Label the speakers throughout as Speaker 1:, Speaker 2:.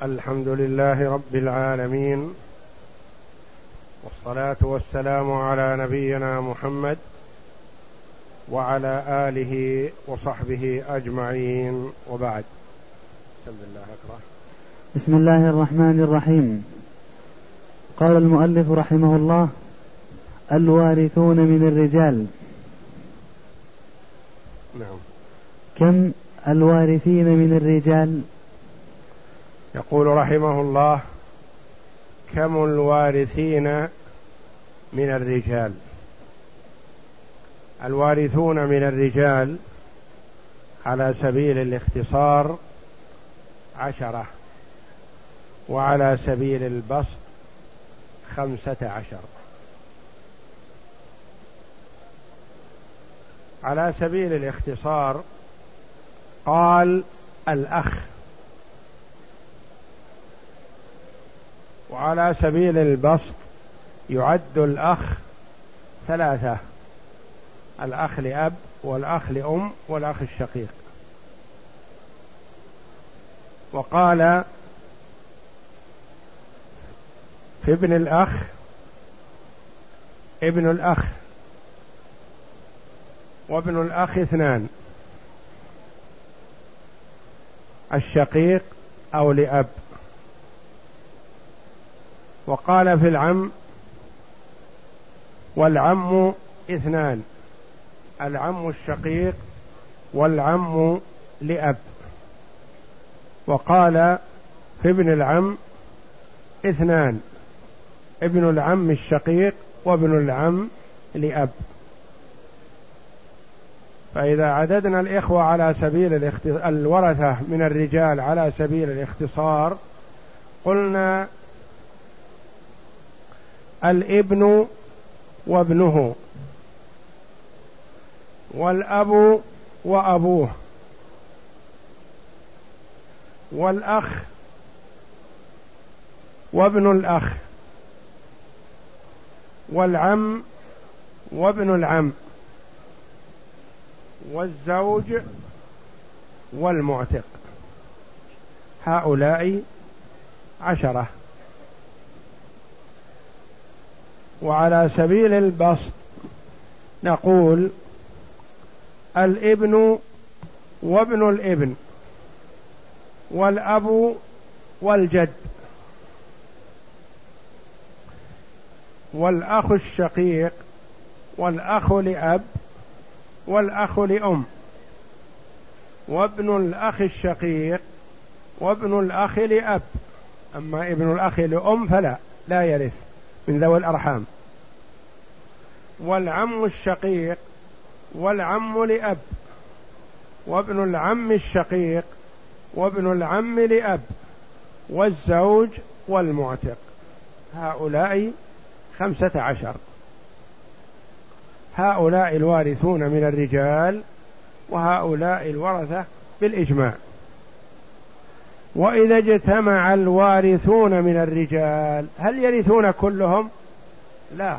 Speaker 1: الحمد لله رب العالمين، والصلاة والسلام على نبينا محمد وعلى آله وصحبه أجمعين، وبعد.
Speaker 2: بسم الله الرحمن الرحيم. قال المؤلف رحمه الله: الوارثون من الرجال.
Speaker 1: نعم.
Speaker 2: كم الوارثين من الرجال؟
Speaker 1: يقول رحمه الله: كم الوارثين من الرجال. الوارثون من الرجال على سبيل الاختصار 10، وعلى سبيل البسط 15. على سبيل الاختصار قال الأخ، وعلى سبيل البسط يعد الأخ 3: الأخ لأب، والأخ لأم، والأخ الشقيق. وقال في ابن الأخ ابن الأخ، وابن الأخ 2: الشقيق أو لأب. وقال في العم والعم 2: العم الشقيق والعم لأب. وقال في ابن العم 2: ابن العم الشقيق وابن العم لأب. فإذا عددنا الإخوة على سبيل الورثة من الرجال على سبيل الاختصار قلنا: الابن وابنه، والأب وأبوه، والأخ وابن الأخ، والعم وابن العم، والزوج والمعتق. هؤلاء 10. وعلى سبيل البسط نقول: الابن وابن الابن، والأب والجد، والأخ الشقيق، والأخ لأب، والأخ لأم، وابن الأخ الشقيق، وابن الأخ لأب. أما ابن الأخ لأم لا يرث من ذوي الأرحام. والعم الشقيق، والعم لأب، وابن العم الشقيق، وابن العم لأب، والزوج والمعتق. هؤلاء 15. هؤلاء الوارثون من الرجال، وهؤلاء الورثة بالإجماع. وإذا اجتمع الوارثون من الرجال هل يرثون كلهم؟ لا،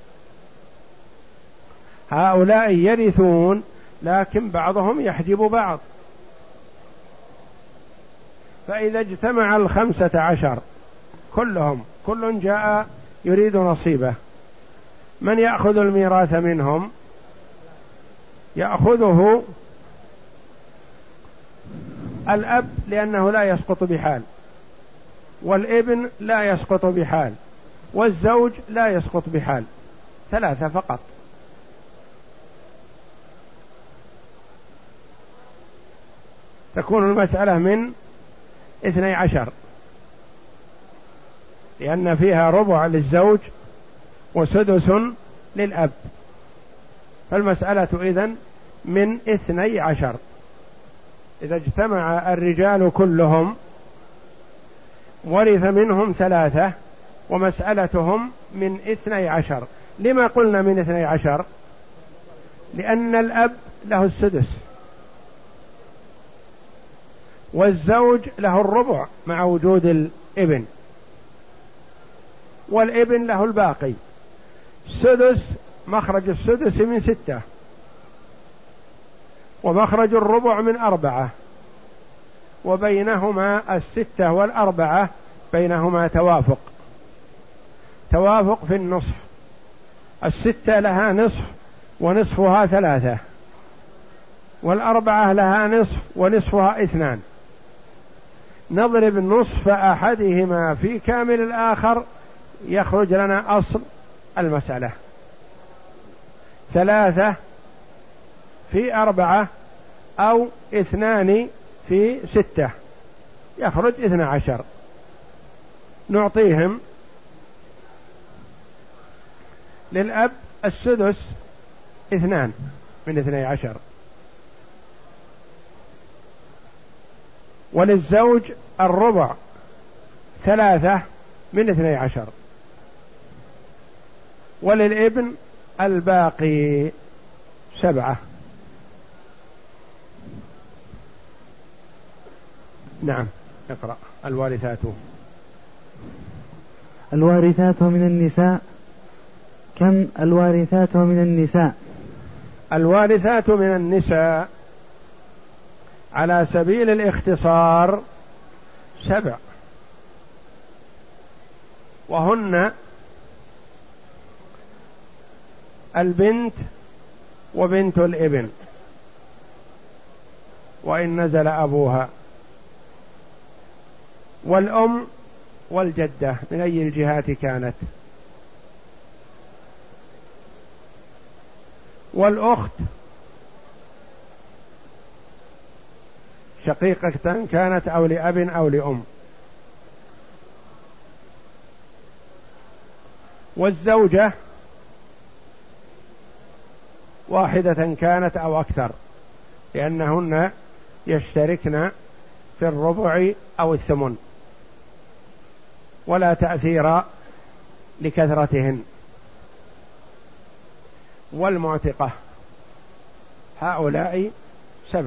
Speaker 1: هؤلاء يرثون، لكن بعضهم يحجب بعض. فإذا اجتمع 15 كلهم، كل جاء يريد نصيبه، من يأخذ الميراث منهم؟ يأخذه الأب لأنه لا يسقط بحال، والابن لا يسقط بحال، والزوج لا يسقط بحال. 3 فقط. تكون المسألة من 12، لأن فيها ربع للزوج وسدس للأب، فالمسألة إذن من 12. إذا اجتمع الرجال كلهم ورث منهم 3، ومسألتهم من 12. لما قلنا من 12؟ لأن الأب له السدس، والزوج له الربع مع وجود الابن، والابن له الباقي. سدس، مخرج السدس من 6، ومخرج الربع من 4، وبينهما الستة والأربعة بينهما توافق في النصف. الستة لها نصف ونصفها 3، والأربعة لها نصف ونصفها 2. نضرب نصف أحدهما في كامل الآخر يخرج لنا أصل المسألة. 3 في 4 أو 2 في 6 يخرج 12. نعطيهم للأب السدس 2 من 12، وللزوج الربع 3 من 12، وللابن الباقي 7. نعم، اقرأ. الوارثات
Speaker 2: من النساء. كم الوارثات من النساء؟
Speaker 1: الوارثات من النساء على سبيل الاختصار 7، وهن البنت وبنت الابن وإن نزل أبوها، والأم والجدة من أي الجهات كانت، والأخت شقيقة كانت أو لأب أو لأم، والزوجة واحدة كانت أو أكثر، لأنهن يشتركن في الربع أو الثمن ولا تأثير لكثرتهن. والمعتقة هؤلاء 7.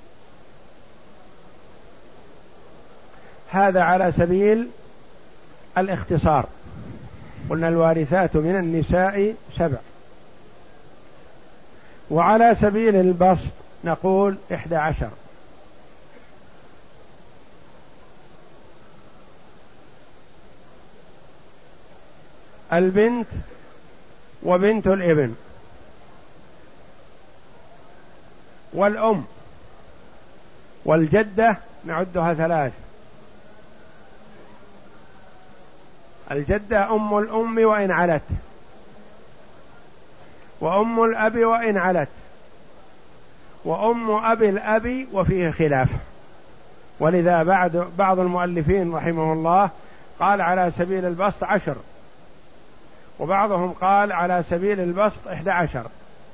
Speaker 1: هذا على سبيل الاختصار. قلنا الوارثات من النساء 7، وعلى سبيل البسط نقول 11. البنت وبنت الابن والأم والجدة نعدها 3. الجدة أم الأم وإن علت، وأم الأب وإن علت، وأم أبي الأب وفيه خلاف. ولذا بعض المؤلفين رحمه الله قال على سبيل البسط 10، وبعضهم قال على سبيل البسط 11،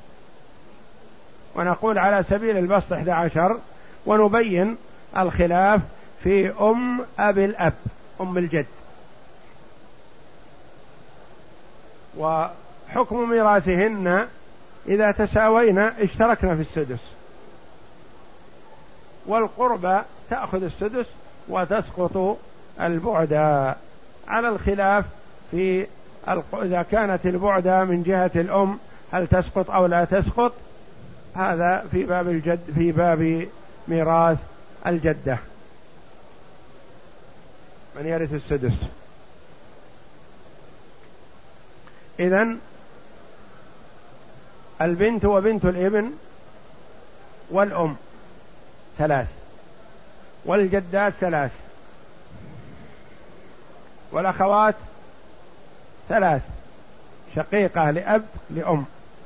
Speaker 1: ونقول على سبيل البسط 11 ونبين الخلاف في أم أبي الأب أم الجد. وحكم ميراثهن إذا تساوينا اشتركنا في السدس، والقربى تأخذ السدس وتسقط البعدى، على الخلاف في إذا كانت البعدى من جهة الأم هل تسقط أو لا تسقط. هذا في باب الجد، في باب ميراث الجدة من يرث السدس. إذن البنت وبنت الابن والأم 3، والجدات 3، والأخوات 3، شقيقة لأب لأم.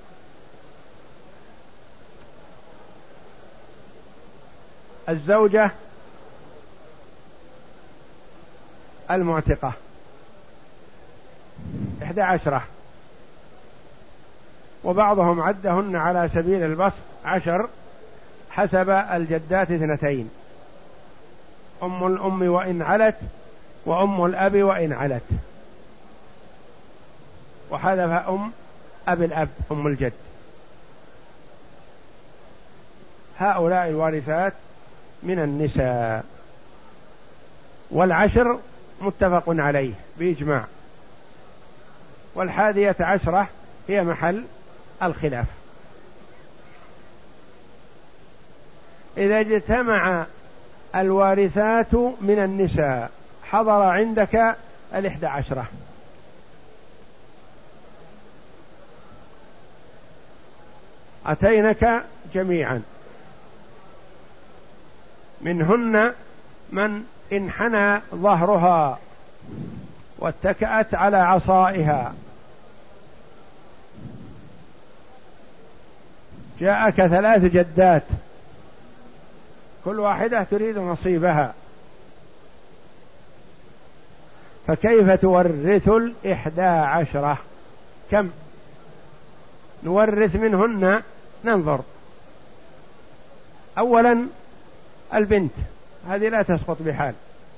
Speaker 1: الزوجة المعتقة 11، وبعضهم عدهن على سبيل البسط 10 حسب الجدات 2، أم الأم وإن علت، وأم الأب وإن علت، وحذف أم أبي الأب أم الجد. هؤلاء الوارثات من النساء، والعشر متفق عليه بإجماع، وال11 هي محل الخلاف. إذا اجتمع الوارثات من النساء، حضر عندك 11، أتينك جميعا، منهن من انحنى ظهرها واتكأت على عصائها، جاءك 3 جدات كل واحدة تريد نصيبها، فكيف تورث 11؟ كم نورث منهن؟ ننظر. أولا البنت، هذه لا تسقط بحال.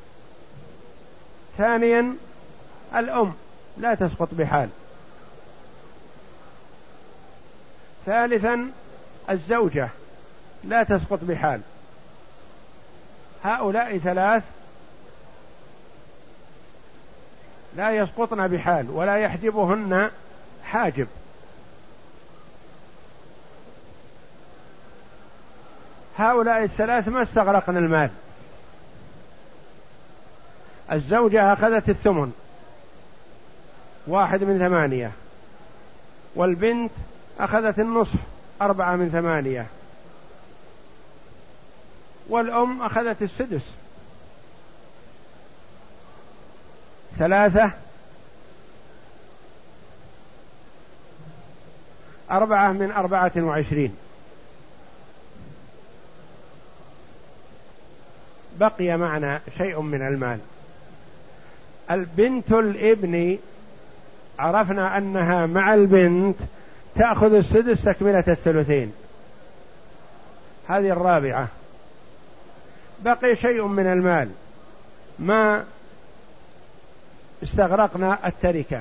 Speaker 1: ثانيا الأم، لا تسقط بحال. ثالثا الزوجة، لا تسقط بحال. هؤلاء 3 لا يسقطن بحال ولا يحجبهن حاجب. هؤلاء 3 ما استغرقن المال. الزوجة أخذت 8، 1/8، والبنت أخذت النصف، 4/8، والأم أخذت السدس، 3، 4/24. بقي معنا شيء من المال. البنت الابن عرفنا أنها مع البنت تأخذ السدس تكملة الثلثين، هذه الرابعة. بقي شيء من المال ما استغرقنا التركة،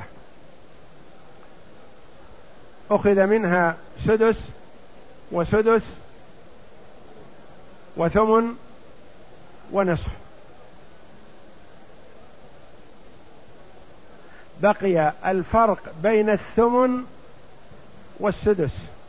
Speaker 1: أخذ منها سدس وسدس وثمن ونصف. بقي الفرق بين الثمن والسدس،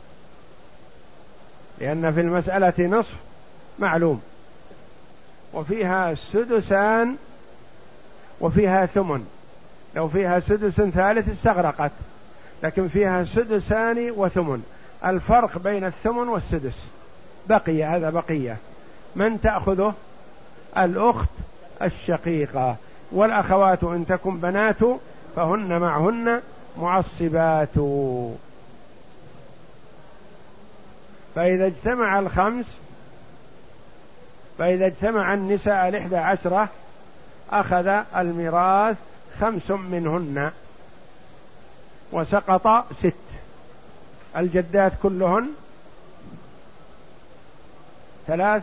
Speaker 1: لأن في المسألة نصف معلوم، وفيها سدسان وفيها ثمن. لو فيها سدس ثالث استغرقت، لكن فيها سدسان وثمن. الفرق بين الثمن والسدس بقي، هذا بقية. من تأخذه؟ الأخت الشقيقة، والأخوات إن تكن بنات فهن معهن معصبات. فإذا اجتمع الخمس، فإذا اجتمع النساء 11 أخذ الميراث 5 منهن وسقط 6. الجدات كلهن 3،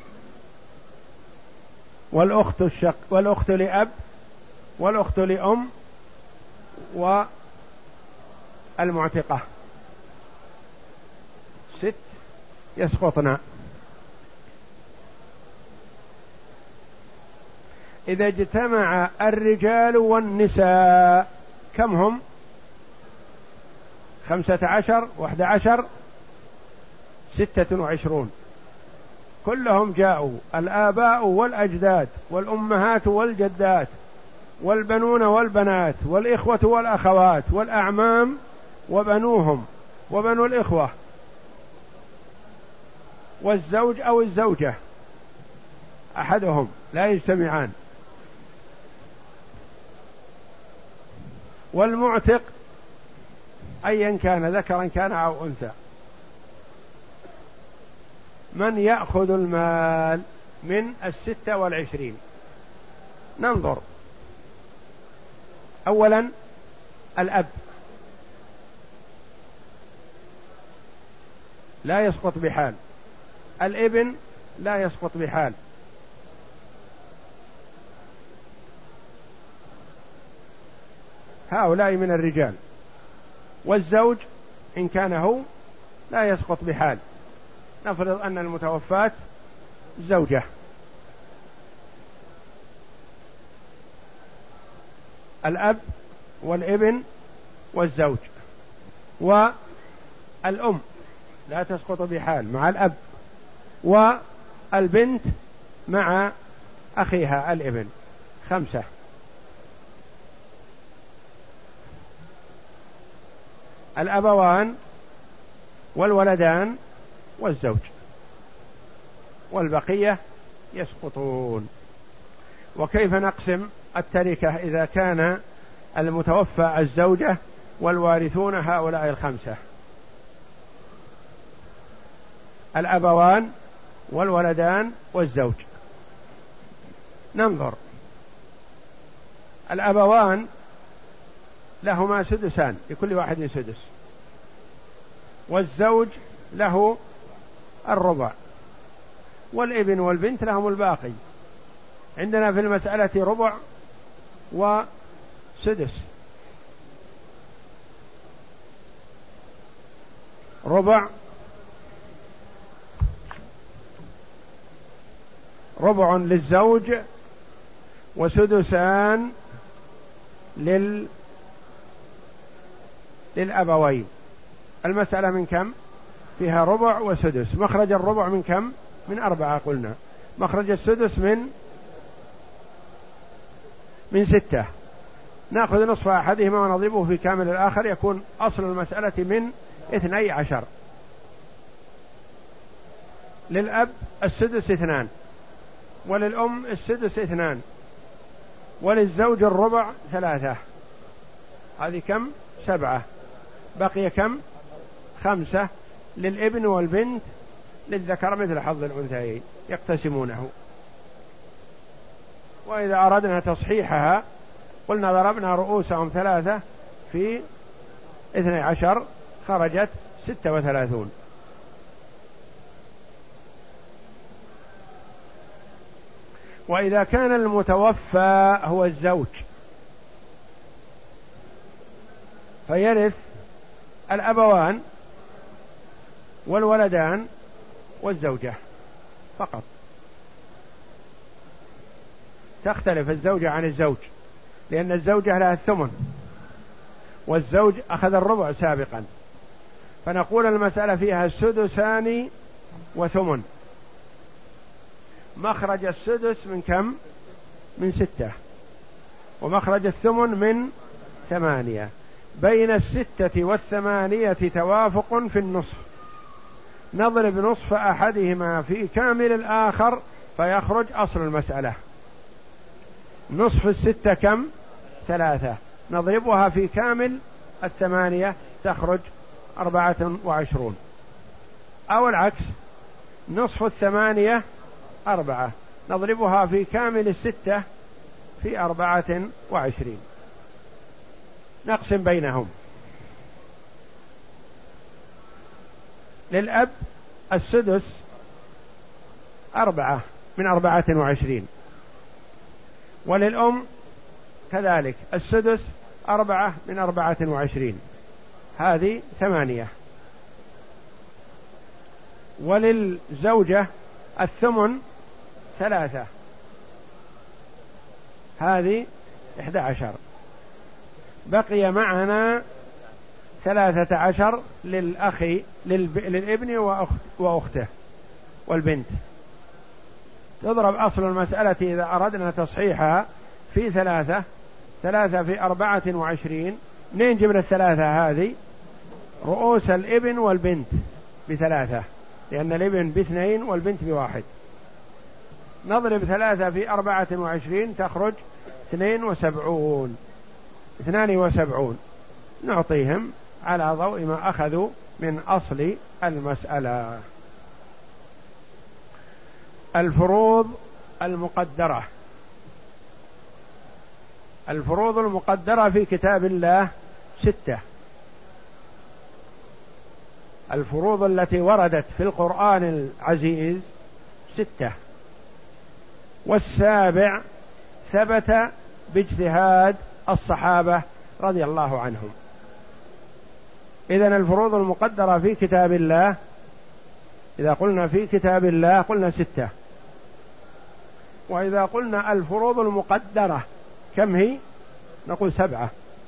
Speaker 1: والأخت لأب والأخت لأم والمعتقة 6 يسقطن. إذا اجتمع الرجال والنساء كم هم؟ 15 و11 26. كلهم جاءوا، الآباء والأجداد والأمهات والجدات والبنون والبنات والإخوة والأخوات والأعمام وبنوهم وبنو الإخوة والزوج أو الزوجة أحدهم، لا يجتمعان. والمعتق أيا كان، ذكرا كان أو أنثى. من يأخذ المال من 26؟ ننظر. أولا الأب لا يسقط بحال، الابن لا يسقط بحال، هؤلاء من الرجال. والزوج إن كان هو لا يسقط بحال. نفرض أن المتوفاة زوجة، الأب والابن والزوج، والأم لا تسقط بحال مع الأب، والبنت مع أخيها الابن 5. الأبوان والولدان والزوج، والبقية يسقطون. وكيف نقسم التركة إذا كان المتوفى الزوجة والوارثون هؤلاء 5؟ الأبوان والولدان والزوج. ننظر. الأبوان لهما 6 لكل واحد 6، والزوج له 1/4، والابن والبنت لهم الباقي. عندنا في المسألة 1/4 و6. 1/4 للزوج و6 للأبوين. المسألة من كم؟ فيها 1/4 و6. مخرج 1/4 من كم؟ من 4 قلنا. مخرج 6 من 6. نأخذ نصف أحدهما ونضربه في كامل الآخر، يكون أصل المسألة من 12. للأب 6 2، وللأم 6 2، وللزوج 1/4 3. هذه كم؟ 7. بقي كم؟ 5 للابن والبنت للذكر مثل حظ الأنثيين يقتسمونه. وإذا أردنا تصحيحها قلنا ضربنا رؤوسهم 3 في 12 خرجت 36. وإذا كان المتوفى هو الزوج فيرث الأبوان والولدان والزوجة فقط. تختلف الزوجة عن الزوج، لأن الزوجة لها 8 والزوج أخذ 1/4 سابقا، فنقول المسألة فيها 6 و8. مخرج 6 من كم؟ من 6، ومخرج 8 من 8. بين 6 و8 توافق في النصف، نضرب نصف أحدهما في كامل الآخر فيخرج أصل المسألة. نصف 6 كم؟ 3، نضربها في كامل 8 تخرج 24. أو العكس، نصف 8 4، نضربها في كامل 6 في 24. نقسم بينهم. للأب 6 4 من 24، وللأم كذلك 6 4 من 24، هذه 8. وللزوجة 8 3، هذه 11. بقي معنا 13 للأخ للابن وأخته والبنت. تضرب أصل المسألة إذا أردنا تصحيحها في 3 في 24. منين جبنا 3 هذه؟ رؤوس الابن والبنت ب3، لأن الابن ب2 والبنت ب1. نضرب 3 في 24 تخرج 72. نعطيهم على ضوء ما أخذوا من أصل المسألة. الفروض المقدرة. الفروض المقدرة في كتاب الله 6. الفروض التي وردت في القرآن العزيز 6، والسابع ثبت باجتهاد الصحابة رضي الله عنهم. إذن الفروض المقدرة في كتاب الله، إذا قلنا في كتاب الله قلنا 6. وإذا قلنا الفروض المقدرة كم هي؟ نقول 7.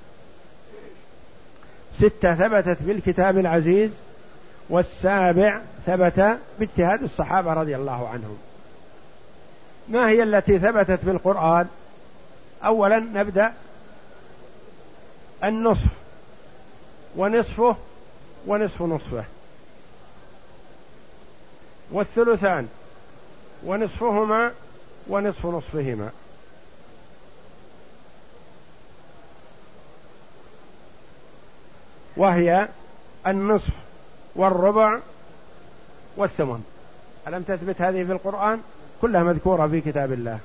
Speaker 1: 6 ثبتت بالكتاب العزيز، والسابع ثبت باجتهاد الصحابة رضي الله عنهم. ما هي التي ثبتت في القرآن؟ أولا نبدأ النصف ونصفه ونصف نصفه، والثلثان ونصفهما ونصف نصفهما، وهي النصف والربع والثمن. ألم تثبت هذه في القرآن؟ كلها مذكورة في كتاب الله.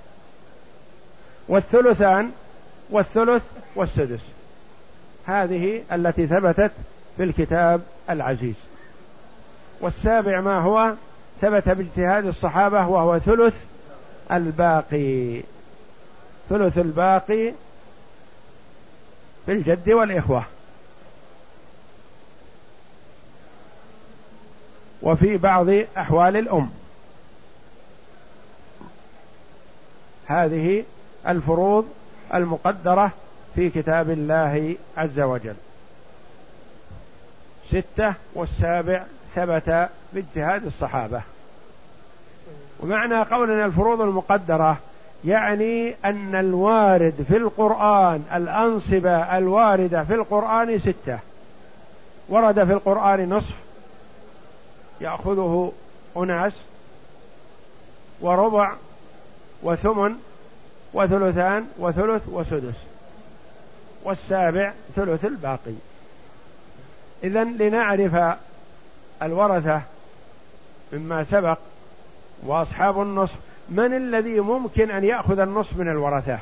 Speaker 1: والثلثان والثلث والسدس، هذه التي ثبتت في الكتاب العزيز. والسابع ما هو ثبت باجتهاد الصحابة، وهو ثلث الباقي، ثلث الباقي في الجد والإخوة. وفي بعض أحوال الأم. هذه الفروض المقدرة في كتاب الله عز وجل 6، والسابع ثبت باجتهاد الصحابة. ومعنى قولنا الفروض المقدرة يعني أن الوارد في القرآن، الأنصبة الواردة في القرآن 6. ورد في القرآن نصف يأخذه أناس، وربع، وثمن، وثلثان، وثلث، وسدس، والسابع ثلث الباقي. إذن لنعرف الورثة مما سبق وأصحاب النصف، من الذي ممكن أن يأخذ النصف من الورثة؟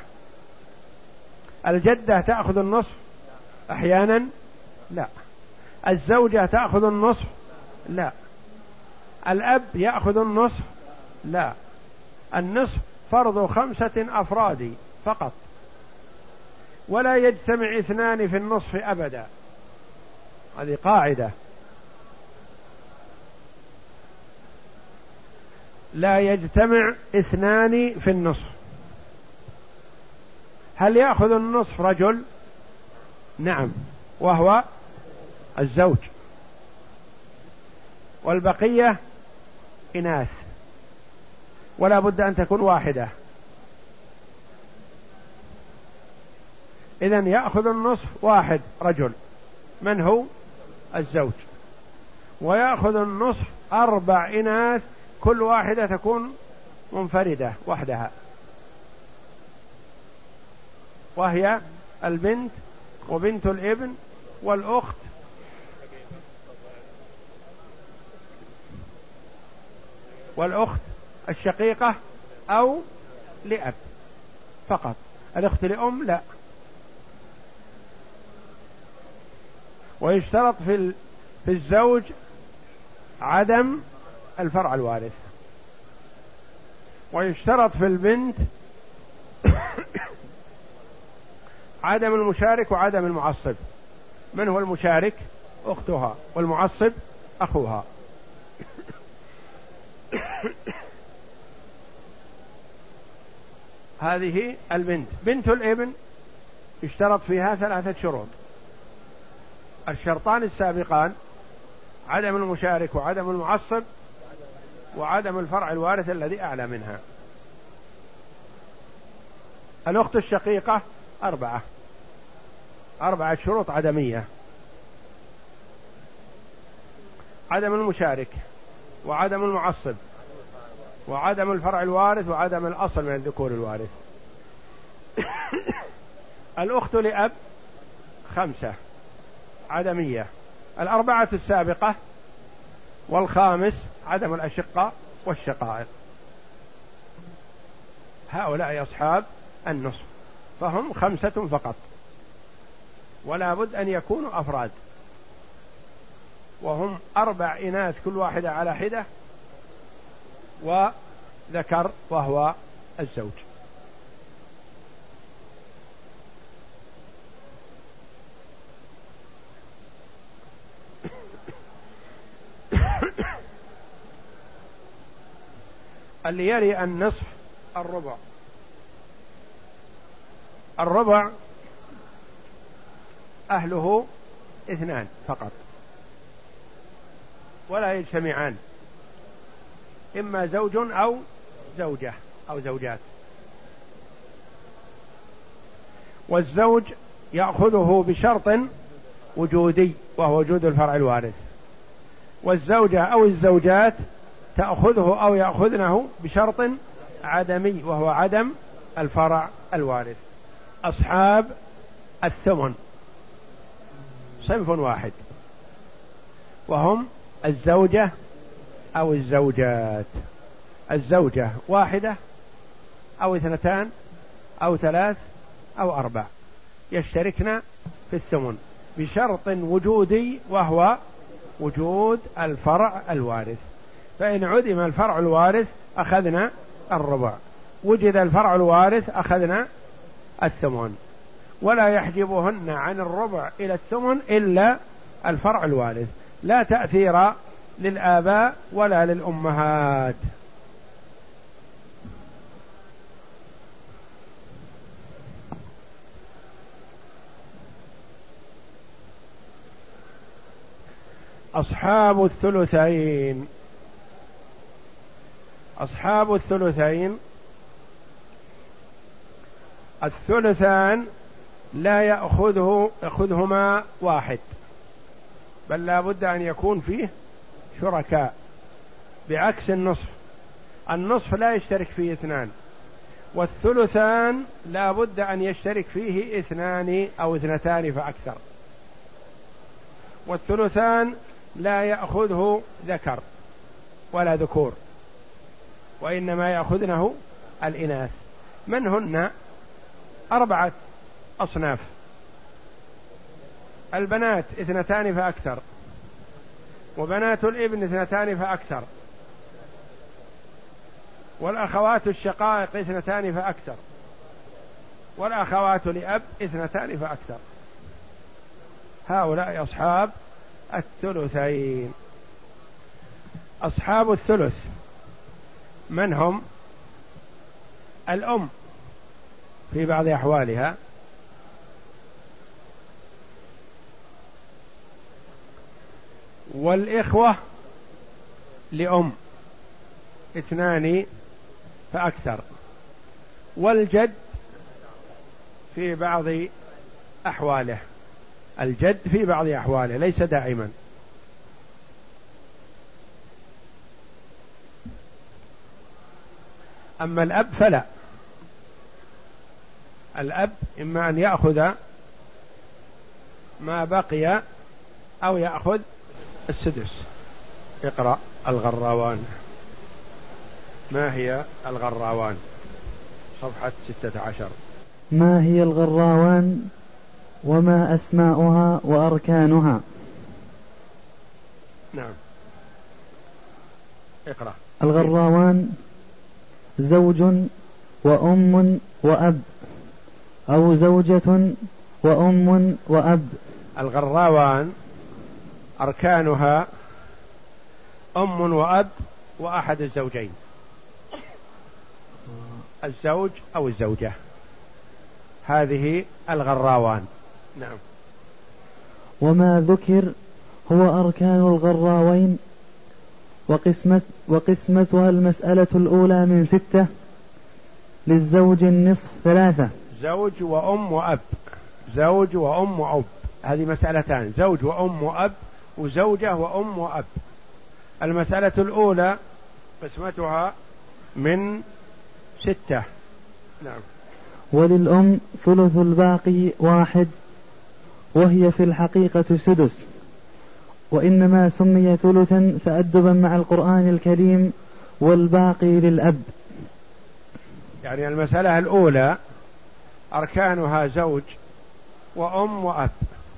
Speaker 1: الجدة تأخذ النصف أحيانا؟ لا. الزوجة تأخذ النصف؟ لا. الأب يأخذ النصف؟ لا. النصف فرض 5 أفراد فقط، ولا يجتمع 2 في النصف أبدا، هذه قاعدة، لا يجتمع 2 في النصف. هل يأخذ النصف رجل؟ نعم، وهو الزوج، والبقية إناث، ولا بد أن تكون واحدة. إذن يأخذ النصف واحد رجل، من هو؟ الزوج، ويأخذ النصف 4 إناث، كل واحدة تكون منفردة وحدها، وهي البنت وبنت الابن والأخت الشقيقة أو لأب فقط. الأخت لأم لا. ويشترط في الزوج عدم الفرع الوارث، ويشترط في البنت عدم المشارك وعدم المعصب. من هو المشارك؟ أختها، والمعصب أخوها. هذه البنت. بنت الابن يشترط فيها 3 شروط. الشرطان السابقان عدم المشارك وعدم المعصب وعدم الفرع الوارث الذي أعلى منها. الأخت الشقيقة 4 شروط عدمية: عدم المشارك وعدم المعصب وعدم الفرع الوارث وعدم الأصل من الذكور الوارث. الأخت لأب 5 عدمية. 4 السابقة، والخامس عدم الأشقاء والشقائق. هؤلاء أصحاب النصف، فهم 5 فقط، ولا بد أن يكونوا أفراد، وهم 4 إناث كل واحدة على حدة، وذكر وهو الزوج. اللي يري النصف الربع أهله 2 فقط، ولا يجتمعان، إما زوج أو زوجة أو زوجات. والزوج يأخذه بشرط وجودي وهو وجود الفرع الوارث، والزوجة أو الزوجات تأخذه أو يأخذنه بشرط عدمي وهو عدم الفرع الوارث. أصحاب الثمن صنف واحد، وهم الزوجة أو الزوجات. الزوجة واحدة أو اثنتان أو ثلاث أو أربع يشتركن في الثمن بشرط وجودي وهو وجود الفرع الوارث. فإن عدم الفرع الوارث أخذنا الربع، وجد الفرع الوارث أخذنا الثمن، ولا يحجبهن عن الربع إلى الثمن إلا الفرع الوارث، لا تأثير للآباء ولا للأمهات. أصحاب الثلثين. أصحاب الثلثين الثلثان لا يأخذهما واحد، بل لا بد أن يكون فيه شركاء، بعكس النصف. النصف لا يشترك فيه اثنان، والثلثان لا بد أن يشترك فيه اثنان أو اثنتان فأكثر. والثلثان لا يأخذه ذكر ولا ذكور، وإنما يأخذنه الإناث. من هن؟ 4 أصناف: البنات 2 فأكثر، وبنات الابن 2 فأكثر، والأخوات الشقائق 2 فأكثر، والأخوات لأب 2 فأكثر. هؤلاء أصحاب الثلثين. أصحاب الثلث من هم؟ الأم في بعض أحوالها، والإخوة لأم 2 فأكثر، والجد في بعض أحواله. الجد في بعض أحواله ليس دائما. أما الأب فلا، الأب إما أن يأخذ ما بقي أو يأخذ السدس. اقرأ الغراوان. ما هي الغراوان؟ صفحة 16.
Speaker 2: ما هي الغراوان وما أسماؤها وأركانها؟
Speaker 1: نعم، اقرأ.
Speaker 2: الغراوان زوج وأم وأب، أو زوجة وأم وأب.
Speaker 1: الغراوان أركانها أم وأب وأحد الزوجين، الزوج أو الزوجة، هذه الغراوان. نعم.
Speaker 2: وما ذكر هو أركان الغراوين، وقسمتها المسألة الأولى من 6. للزوج النصف 3.
Speaker 1: زوج وأم وأب، زوج وأم وأب، هذه مسألتان: زوج وأم وأب، وزوجة وأم وأب. المسألة الأولى قسمتها من 6. نعم.
Speaker 2: وللأم ثلث الباقي 1، وهي في الحقيقة سدس، وإنما سمي ثلثا تأدبا مع القرآن الكريم، والباقي للأب.
Speaker 1: يعني المسألة الأولى أركانها زوج وأم وأب.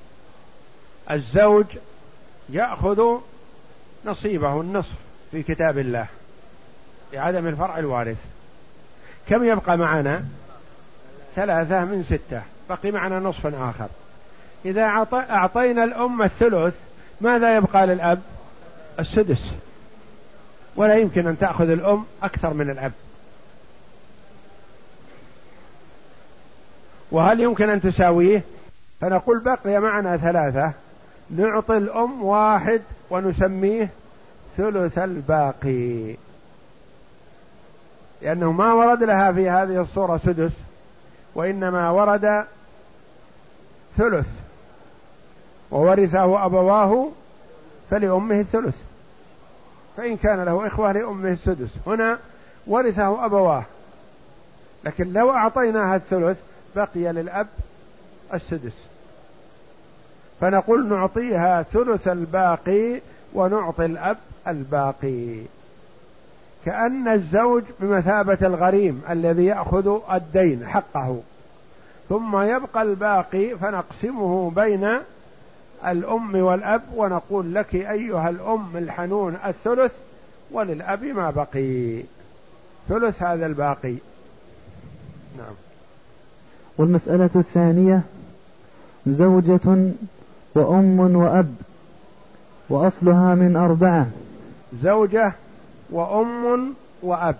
Speaker 1: الزوج يأخذ نصيبه النصف في كتاب الله لعدم الفرع الوارث. كم يبقى معنا؟ 3 من 6، بقي معنا نصف آخر. إذا أعطينا الأم الثلث ماذا يبقى للأب؟ السدس، ولا يمكن أن تأخذ الأم أكثر من الأب. وهل يمكن أن تساويه؟ فنقول بقي معنا 3، نعطي الأم 1 ونسميه ثلث الباقي. لأنه ما ورد لها في هذه الصورة سدس، وإنما ورد ثلث، وورثه أبواه فلأمه الثلث، فإن كان له إخوة لأمه السدس. هنا ورثه أبواه، لكن لو أعطيناها الثلث بقي للأب السدس، فنقول نعطيها ثلث الباقي ونعطي الأب الباقي، كأن الزوج بمثابة الغريم الذي يأخذ الدين حقه، ثم يبقى الباقي فنقسمه بين الأم والأب، ونقول لك أيها الأم الحنون الثلث، وللأب ما بقي ثلث هذا الباقي. نعم.
Speaker 2: والمسألة الثانية زوجة وأم وأب وأصلها من 4.
Speaker 1: زوجة وأم وأب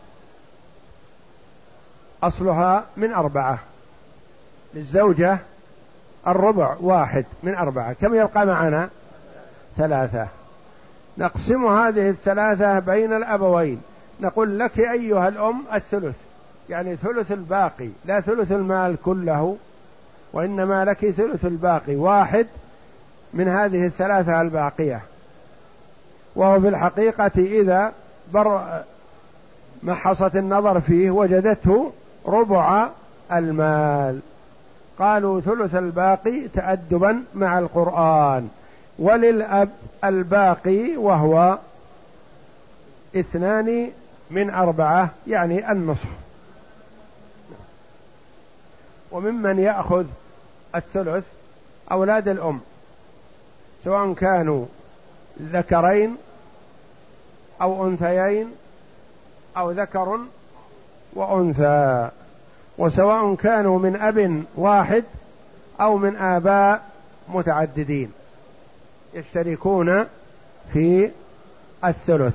Speaker 1: أصلها من 4. للزوجة الربع 1 من 4، كم يبقى معنا؟ 3. نقسم هذه 3 بين الأبوين، نقول لك أيها الأم الثلث، يعني ثلث الباقي، لا ثلث المال كله، وإنما لك ثلث الباقي 1 من هذه 3 الباقية. وهو في الحقيقة إذا محصت النظر فيه وجدته ربع المال. قالوا ثلث الباقي تأدبا مع القرآن. وللأب الباقي وهو 2 من 4، يعني النصف. وممن يأخذ الثلث أولاد الأم، سواء كانوا ذكرين أو أنثيين أو ذكر وأنثى، وسواء كانوا من أب واحد أو من آباء متعددين يشتركون في الثلث.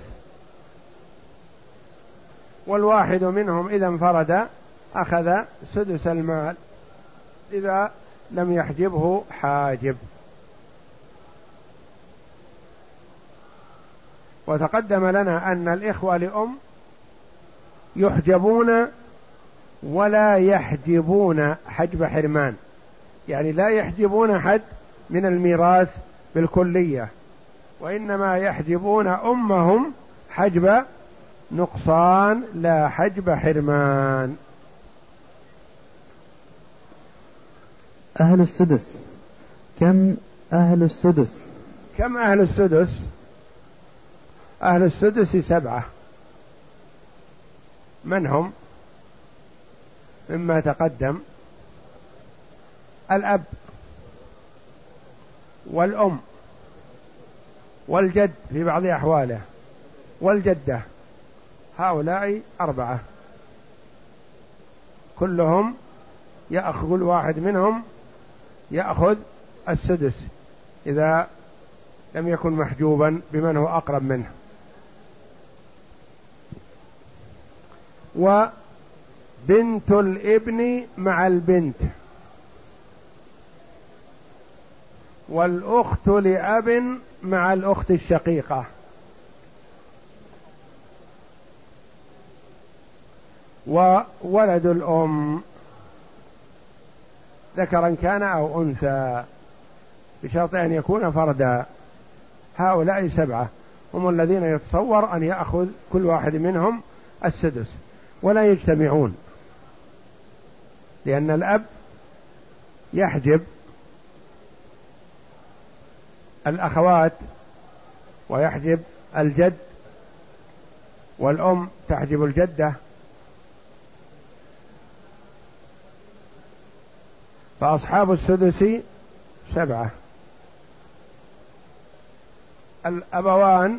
Speaker 1: والواحد منهم إذا انفرد أخذ سدس المال إذا لم يحجبه حاجب. وتقدم لنا أن الإخوة لأم يحجبون ولا يحجبون حجب حرمان، يعني لا يحجبون حد من الميراث بالكلية، وإنما يحجبون أمهم حجب نقصان لا حجب حرمان.
Speaker 2: أهل السدس كم أهل السدس؟
Speaker 1: كم أهل السدس؟ أهل السدس 7. من هم؟ مما تقدم الأب والأم والجد في بعض أحواله والجدة، هؤلاء 4 كلهم يأخذ كل واحد منهم يأخذ السدس إذا لم يكن محجوبا بمن هو أقرب منه. وبنت الابن مع البنت، والأخت لأب مع الأخت الشقيقة، وولد الأم ذكرا كان أو أنثى بشرط أن يكون فردا. هؤلاء 7 هم الذين يتصور أن يأخذ كل واحد منهم السدس، ولا يجتمعون، لأن الأب يحجب الأخوات ويحجب الجد، والأم تحجب الجدة، فأصحاب السدس 7. الأبوان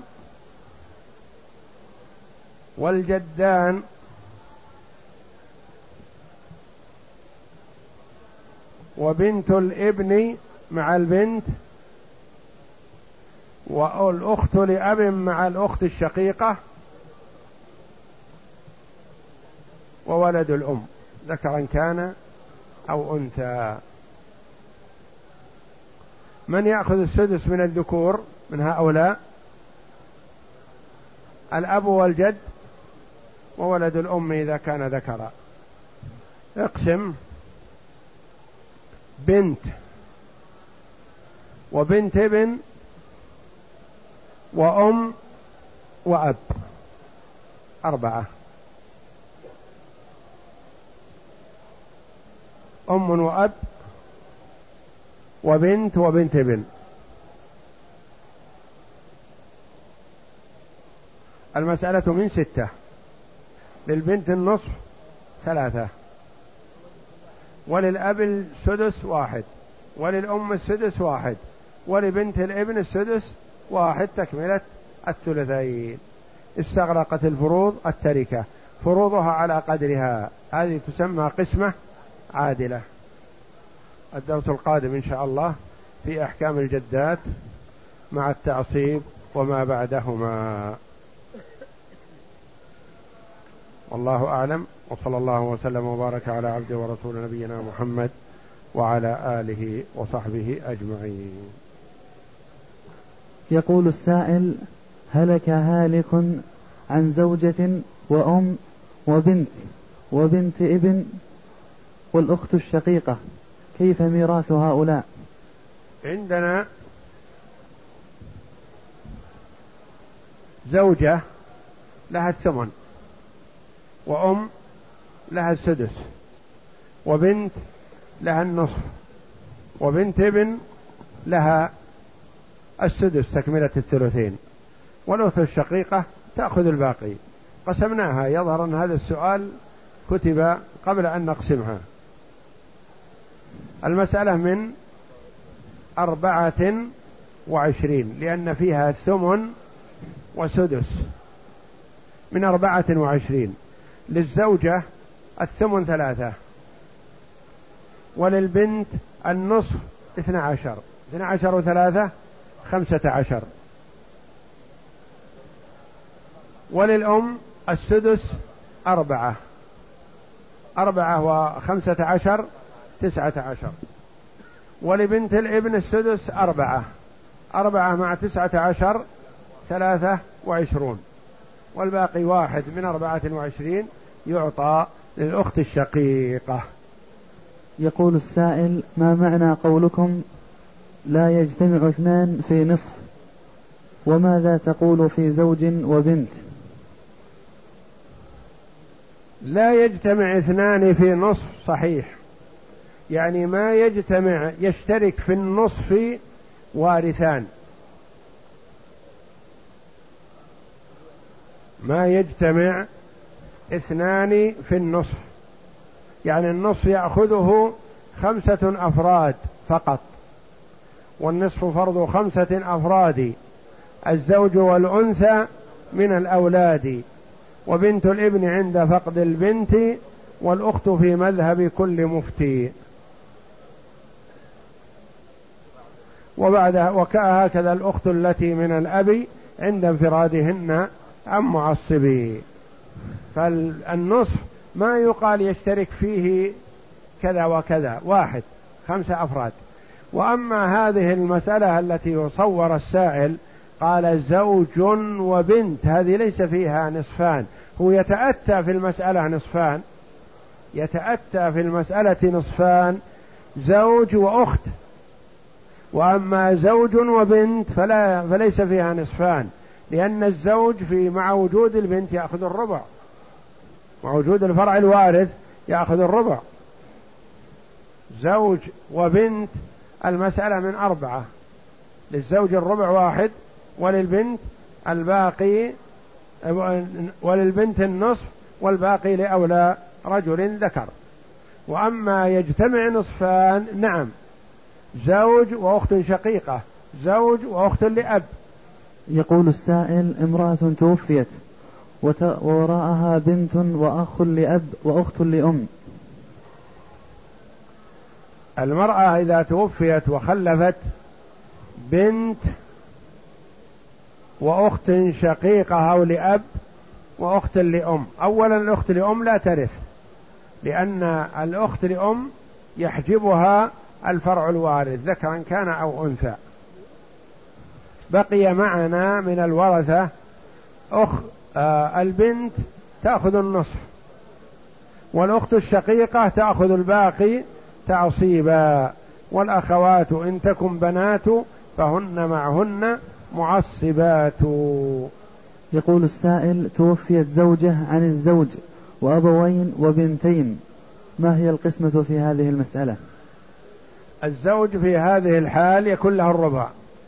Speaker 1: والجدان وبنت الابن مع البنت والأخت لأب مع الأخت الشقيقة وولد الأم ذكرا كان أو أنثى. من يأخذ السدس من الذكور من هؤلاء؟ الأب والجد وولد الأم إذا كان ذكرا. اقسم بنت وبنت ابن وأم وأب، 4. أم وأب وبنت وبنت ابن. المسألة من 6. للبنت النصف 3، وللأب السدس 1، وللأم السدس 1، ولبنت الابن السدس 1، تكملة الثلثين. استغرقت الفروض التركة، فروضها على قدرها، هذه تسمى قسمة عادلة. الدرس القادم إن شاء الله في أحكام الجدات مع التعصيب وما بعدهما. والله أعلم، وصلى الله وسلم وبارك على عبده ورسول نبينا محمد وعلى آله وصحبه أجمعين.
Speaker 2: يقول السائل: هلك هالك عن زوجة وأم وبنت وبنت ابن والأخت الشقيقة، كيف ميراث هؤلاء؟
Speaker 1: عندنا زوجة لها 8، وأم لها 6، وبنت لها النصف، وبنت ابن لها 6 تكملة الثلثين، والأخت الشقيقة تأخذ الباقي. قسمناها، يظهر أن هذا السؤال كتب قبل أن نقسمها. المسألة من 24 لأن فيها 8 وسدس، من 24. للزوجة 8 3، وللبنت النصف 12 و3 15، وللأم السدس 4 و15 19، ولبنت الابن السدس 4 مع 19 23، والباقي 1 من 24 يعطى للأخت الشقيقة.
Speaker 2: يقول السائل: ما معنى قولكم لا يجتمع 2 في نصف، وماذا تقول في زوج وبنت؟
Speaker 1: لا يجتمع 2 في نصف صحيح، يعني ما يجتمع، يشترك في النصف وارثان، ما يجتمع 2 في النصف، يعني النصف يأخذه 5 أفراد فقط، والنصف فرض 5 أفراد، الزوج والأنثى من الأولاد، وبنت الابن عند فقد البنت، والأخت في مذهب كل مفتي. وهكذا الأخت التي من الأب عند انفرادهن عن معصبي. فالنصف ما يقال يشترك فيه كذا وكذا، 1 5 أفراد. وأما هذه المسألة التي صور السائل قال زوج وبنت، هذه ليس فيها نصفان، هو يتأتى في المسألة نصفان، يتأتى في المسألة نصفان، زوج وأخت. وأما زوج وبنت فليس فيها نصفان، لأن الزوج مع وجود البنت يأخذ الربع، مع وجود الفرع الوارث يأخذ الربع. زوج وبنت المسألة من 4، للزوج الربع 1، وللبنت الباقي، وللبنت النصف، والباقي لأولى رجل ذكر. وأما يجتمع نصفان، نعم، زوج وأخت شقيقة، زوج وأخت لأب.
Speaker 2: يقول السائل: امرأة توفيت ووراءها بنت وأخ لأب وأخت لأم.
Speaker 1: المرأة إذا توفيت وخلفت بنت وأخت شقيقة أو لأب وأخت لأم، أولا الأخت لأم لا ترث، لأن الأخت لأم يحجبها الفرع الوارث ذكرا كان أو أنثى. بقي معنا من الورثة البنت تأخذ النصف، والأخت الشقيقة تأخذ الباقي تعصيبا، والأخوات إن تكن بنات فهن معهن معصبات.
Speaker 2: يقول السائل: توفيت زوجة عن الزوج وأبوين وبنتين، ما هي القسمة في هذه المسألة؟
Speaker 1: الزوج في هذه الحال يكون له الربع،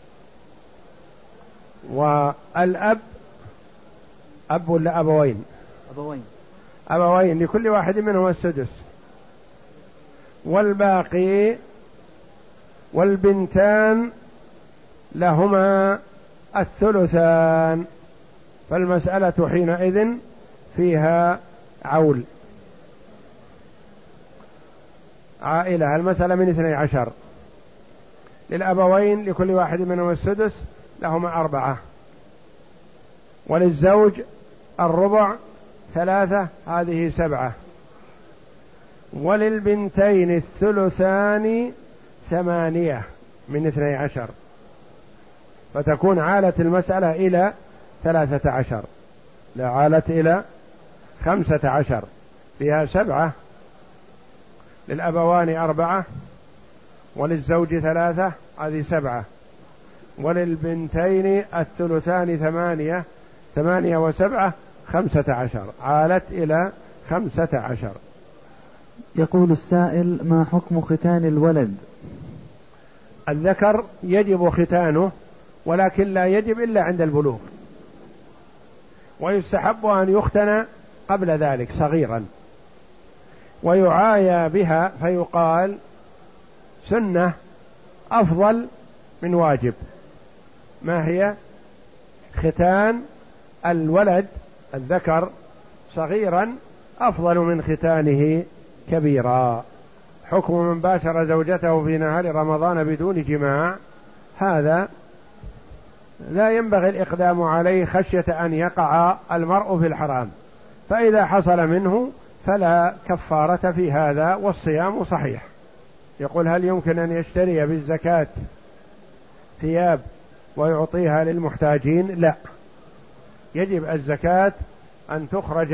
Speaker 1: والأب أب ولا أبوين؟ أبوين لكل واحد منهم السدس، والباقي والبنتان لهما الثلثان، فالمسألة حينئذ فيها عول. عائلة المسألة من 12، للأبوين لكل واحد منهم السدس لهما 4، وللزوج الربع 3 هذه 7، وللبنتين الثلثان 8 من 12، فتكون عالة المسألة إلى 13، لا عالت إلى 15، فيها 7، للأبوان 4 وللزوج 3 هذه 7، وللبنتين الثلثان 8 و7 15، عالت إلى 15.
Speaker 2: يقول السائل: ما حكم ختان الولد؟
Speaker 1: الذكر يجب ختانه، ولكن لا يجب إلا عند البلوغ، ويستحب أن يختن قبل ذلك صغيرا، ويعايى بها فيقال سنة أفضل من واجب. ما هي؟ ختان الولد الذكر صغيرا أفضل من ختانه كبيرا. حكم من باشر زوجته في نهار رمضان بدون جماع، هذا لا ينبغي الإقدام عليه خشية أن يقع المرء في الحرام، فإذا حصل منه فلا كفارة في هذا، والصيام صحيح. يقول: هل يمكن أن يشتري بالزكاة ثياب ويعطيها للمحتاجين؟ لا، يجب الزكاة أن تخرج،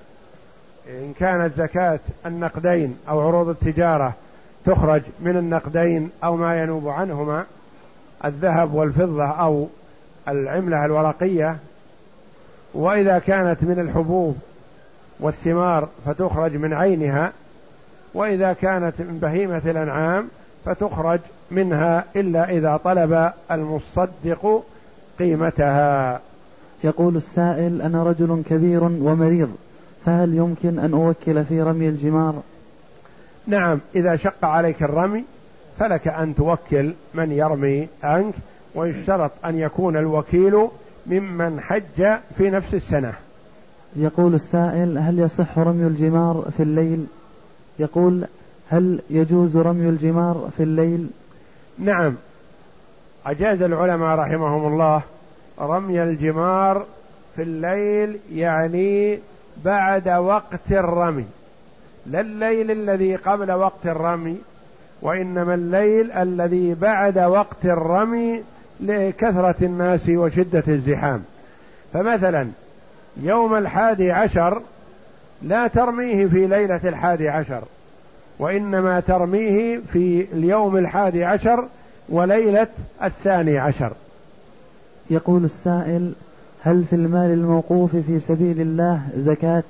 Speaker 1: إن كانت زكاة النقدين أو عروض التجارة تخرج من النقدين أو ما ينوب عنهما، الذهب والفضة أو العملة الورقية، وإذا كانت من الحبوب والثمار فتخرج من عينها، وإذا كانت من بهيمة الأنعام فتخرج منها إلا إذا طلب المصدق قيمتها.
Speaker 2: يقول السائل: أنا رجل كبير ومريض، فهل يمكن أن أوكل في رمي الجمار؟
Speaker 1: نعم، إذا شق عليك الرمي فلك أن توكل من يرمي عنك، ويشترط أن يكون الوكيل ممن حج في نفس السنة.
Speaker 2: يقول السائل: هل يصح رمي الجمار في الليل؟ يقول: هل يجوز رمي الجمار في الليل؟
Speaker 1: نعم، أجاز العلماء رحمهم الله رمي الجمار في الليل، يعني بعد وقت الرمي، لا الليل الذي قبل وقت الرمي، وإنما الليل الذي بعد وقت الرمي لكثرة الناس وشدة الزحام. فمثلا يوم 11 لا ترميه في ليلة 11، وإنما ترميه في اليوم 11 وليلة 12.
Speaker 2: يقول السائل: هل في المال الموقوف في سبيل الله زكاة؟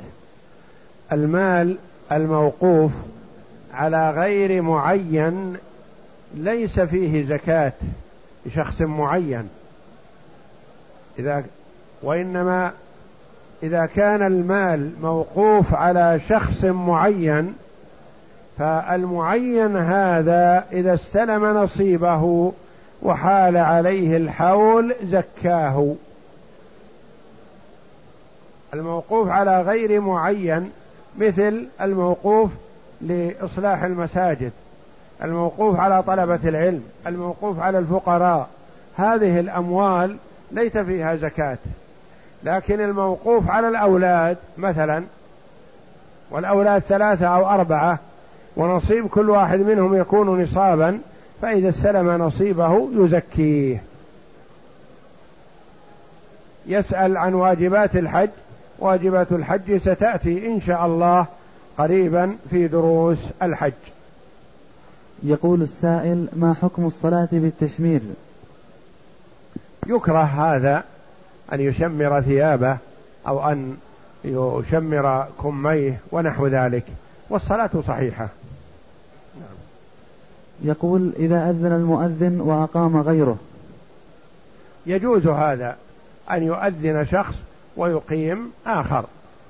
Speaker 1: المال الموقوف على غير معين ليس فيه زكاة لشخص معين، وإنما إذا كان المال موقوف على شخص معين، فالمعين هذا إذا استلم نصيبه وحال عليه الحول زكاه. الموقوف على غير معين مثل الموقوف لإصلاح المساجد، الموقوف على طلبة العلم، الموقوف على الفقراء، هذه الأموال ليس فيها زكاة. لكن الموقوف على الأولاد مثلا، والأولاد 3 أو 4 ونصيب كل واحد منهم يكون نصابا، فإذا استلم نصيبه يزكيه. يسأل عن واجبات الحج واجبات الحج ستأتي إن شاء الله قريبا في دروس الحج.
Speaker 2: يقول السائل: ما حكم الصلاة بالتشمير؟
Speaker 1: يكره هذا، أن يشمر ثيابه أو أن يشمر كميه ونحو ذلك، والصلاة صحيحة.
Speaker 2: يقول: إذا أذن المؤذن وأقام غيره؟
Speaker 1: يجوز هذا، أن يؤذن شخص ويقيم آخر.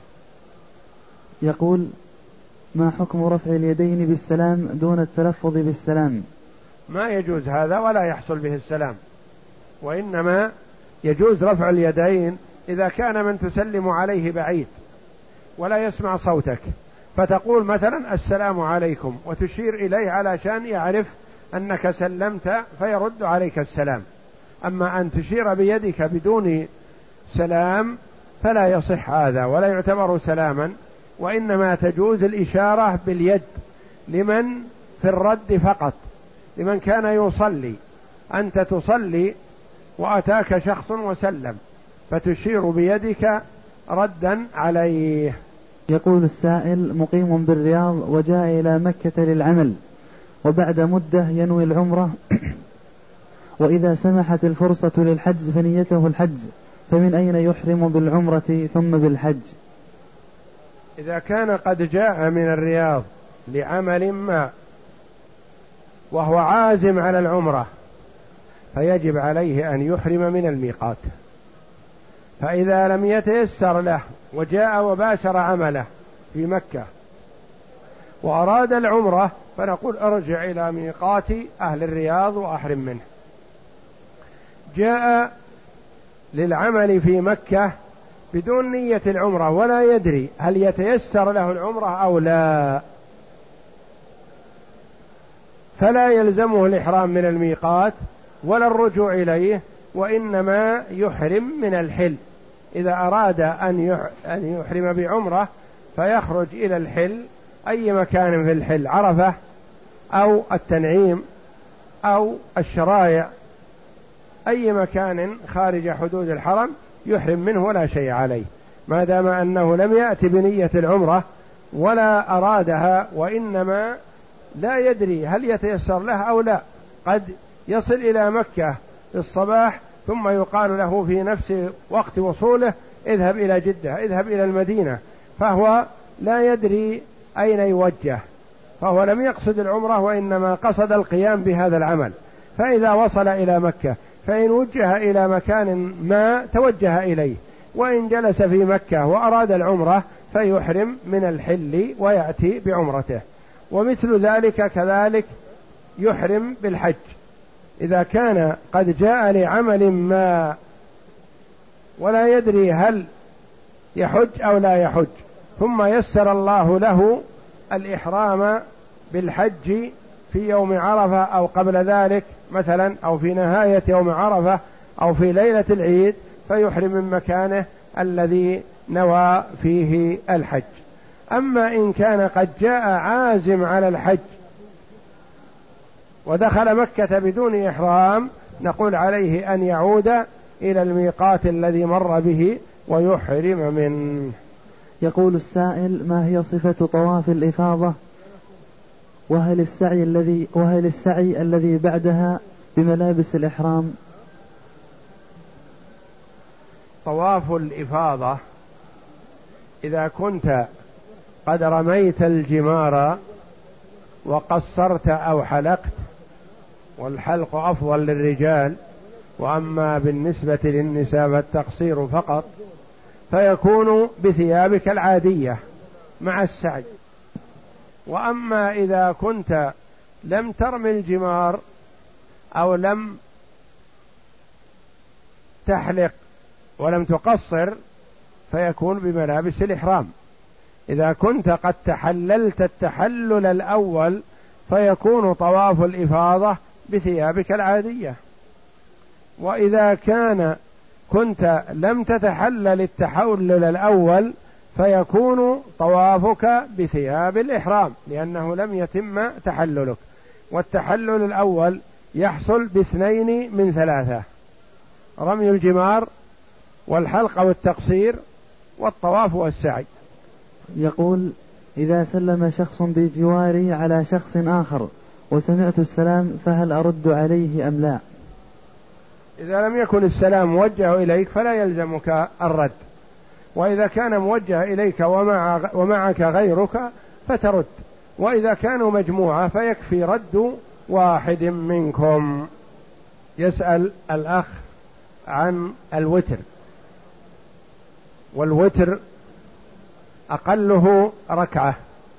Speaker 2: يقول: ما حكم رفع اليدين بالسلام دون التلفظ بالسلام؟
Speaker 1: ما يجوز هذا ولا يحصل به السلام، وإنما يجوز رفع اليدين إذا كان من تسلم عليه بعيد ولا يسمع صوتك، فتقول مثلا السلام عليكم وتشير إليه علشان يعرف أنك سلمت فيرد عليك السلام. أما أن تشير بيدك بدون سلام فلا يصح هذا ولا يعتبر سلاما، وإنما تجوز الإشارة باليد لمن في الرد فقط، لمن كان يصلي. أنت تصلي وأتاك شخص وسلم فتشير بيدك ردا عليه.
Speaker 2: يقول السائل: مقيم بالرياض وجاء إلى مكة للعمل، وبعد مدة ينوي العمرة وإذا سمحت الفرصة للحج فنيته الحج، فمن أين يحرم بالعمرة ثم بالحج؟
Speaker 1: إذا كان قد جاء من الرياض لعمل ما وهو عازم على العمرة فيجب عليه أن يحرم من الميقات. فإذا لم يتيسر له وجاء وباشر عمله في مكة وأراد العمرة فنقول ارجع إلى ميقات أهل الرياض وأحرم منه. جاء للعمل في مكة بدون نية العمرة ولا يدري هل يتيسر له العمرة أو لا، فلا يلزمه الإحرام من الميقات ولا الرجوع إليه، وإنما يحرم من الحل. إذا أراد أن يحرم بعمرة فيخرج إلى الحل، أي مكان في الحل، عرفة أو التنعيم أو الشرايع، أي مكان خارج حدود الحرم يحرم منه ولا شيء عليه، ما دام أنه لم يأتي بنية العمرة ولا أرادها، وإنما لا يدري هل يتيسر له أو لا. قد يصل إلى مكة في الصباح ثم يقال له في نفس وقت وصوله اذهب إلى جدة، اذهب إلى المدينة، فهو لا يدري أين يوجه، فهو لم يقصد العمرة وإنما قصد القيام بهذا العمل. فإذا وصل إلى مكة فإن وجه إلى مكان ما توجه إليه، وإن جلس في مكة وأراد العمرة فيحرم من الحل ويأتي بعمرته. ومثل ذلك كذلك يحرم بالحج، إذا كان قد جاء لعمل ما ولا يدري هل يحج أو لا يحج، ثم يسر الله له الإحرام بالحج في يوم عرفة أو قبل ذلك مثلا، أو في نهاية يوم عرفة أو في ليلة العيد، فيحرم من مكانه الذي نوى فيه الحج. أما إن كان قد جاء عازم على الحج ودخل مكة بدون إحرام، نقول عليه أن يعود إلى الميقات الذي مر به ويحرم منه.
Speaker 2: يقول السائل: ما هي صفة طواف الإفاضة؟ وهل السعي الذي بعدها بملابس الإحرام؟
Speaker 1: طواف الإفاضة إذا كنت قد رميت الجمار وقصرت أو حلقت، والحلق أفضل للرجال، وأما بالنسبة للنساء فالتقصير فقط، فيكون بثيابك العادية مع السعي. وأما إذا كنت لم ترمي الجمار أو لم تحلق ولم تقصر فيكون بملابس الإحرام. إذا كنت قد تحللت التحلل الأول فيكون طواف الإفاضة بثيابك العادية. وإذا كنت لم تتحلل التحلل الأول فيكون طوافك بثياب الإحرام، لأنه لم يتم تحللك. والتحلل الأول يحصل باثنين من ثلاثة: رمي الجمار والحلق أو التقصير والطواف والسعي.
Speaker 2: يقول: إذا سلم شخص بجواري على شخص آخر وسمعت السلام فهل أرد عليه أم لا؟
Speaker 1: إذا لم يكن السلام موجه إليك فلا يلزمك الرد، وإذا كان موجه إليك ومعك غيرك فترد، وإذا كانوا مجموعة فيكفي رد واحد منكم. يسأل الأخ عن الوتر، والوتر أقله ركعة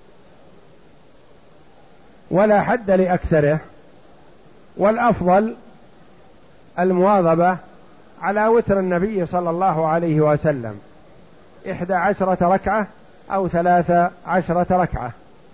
Speaker 1: ولا حد لأكثره، والأفضل المواظبة على وتر النبي صلى الله عليه وسلم 11 ركعة أو 13 ركعة،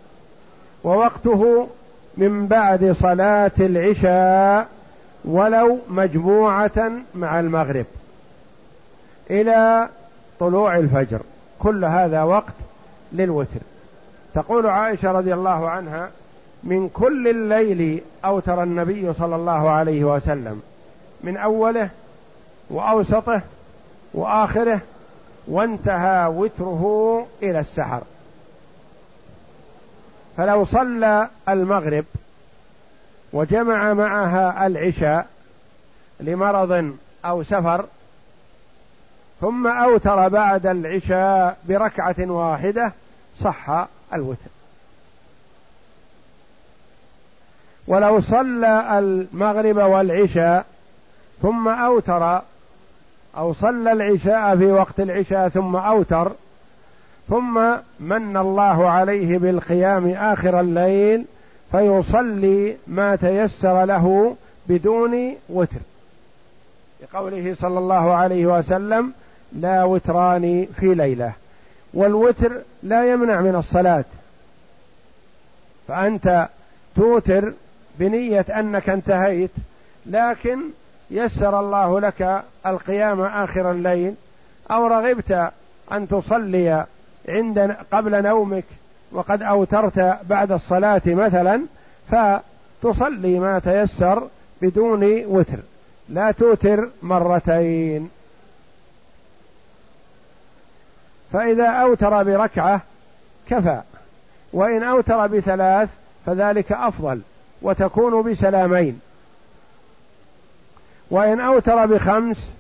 Speaker 1: ووقته من بعد صلاة العشاء ولو مجموعة مع المغرب إلى طلوع الفجر، كل هذا وقت للوتر. تقول عائشة رضي الله عنها: من كل الليل أوتر النبي صلى الله عليه وسلم، من أوله وأوسطه وآخره، وانتهى وتره إلى السحر. فلو صلى المغرب وجمع معها العشاء لمرض أو سفر ثم أوتر بعد العشاء بركعة واحدة صح الوتر. ولو صلى المغرب والعشاء ثم أوتر، أو صلى العشاء في وقت العشاء ثم أوتر، ثم من الله عليه بالقيام آخر الليل فيصلي ما تيسر له بدون وتر، لقوله صلى الله عليه وسلم: لا وتران في ليلة. والوتر لا يمنع من الصلاة، فأنت توتر بنية أنك انتهيت، لكن يسر الله لك القيام آخر الليل، أو رغبت أن تصلي قبل نومك وقد أوترت بعد الصلاة مثلا، فتصلي ما تيسر بدون وتر، لا توتر مرتين. فإذا أوتر بركعة كفى، وإن أوتر بثلاث فذلك أفضل وتكون بسلامين، وإن أوتر بخمس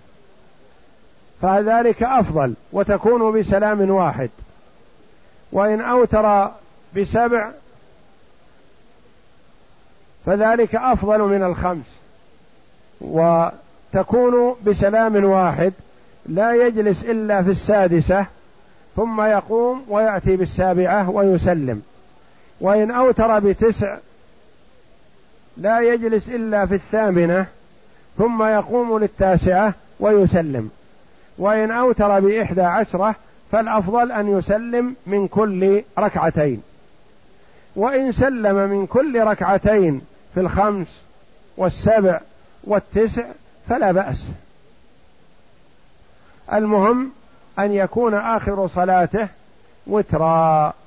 Speaker 1: فذلك أفضل وتكون بسلام واحد، وإن أوتر بسبع فذلك أفضل من الخمس وتكون بسلام واحد، لا يجلس إلا في السادسة ثم يقوم ويأتي بالسابعة ويسلم. وإن أوتر بتسع لا يجلس إلا في الثامنة ثم يقوم للتاسعة ويسلم. وإن أوتر ب11 فالأفضل أن يسلم من كل ركعتين، وإن سلم من كل ركعتين في 5 و7 و9 فلا بأس. المهم أن يكون آخر صلاته وترا.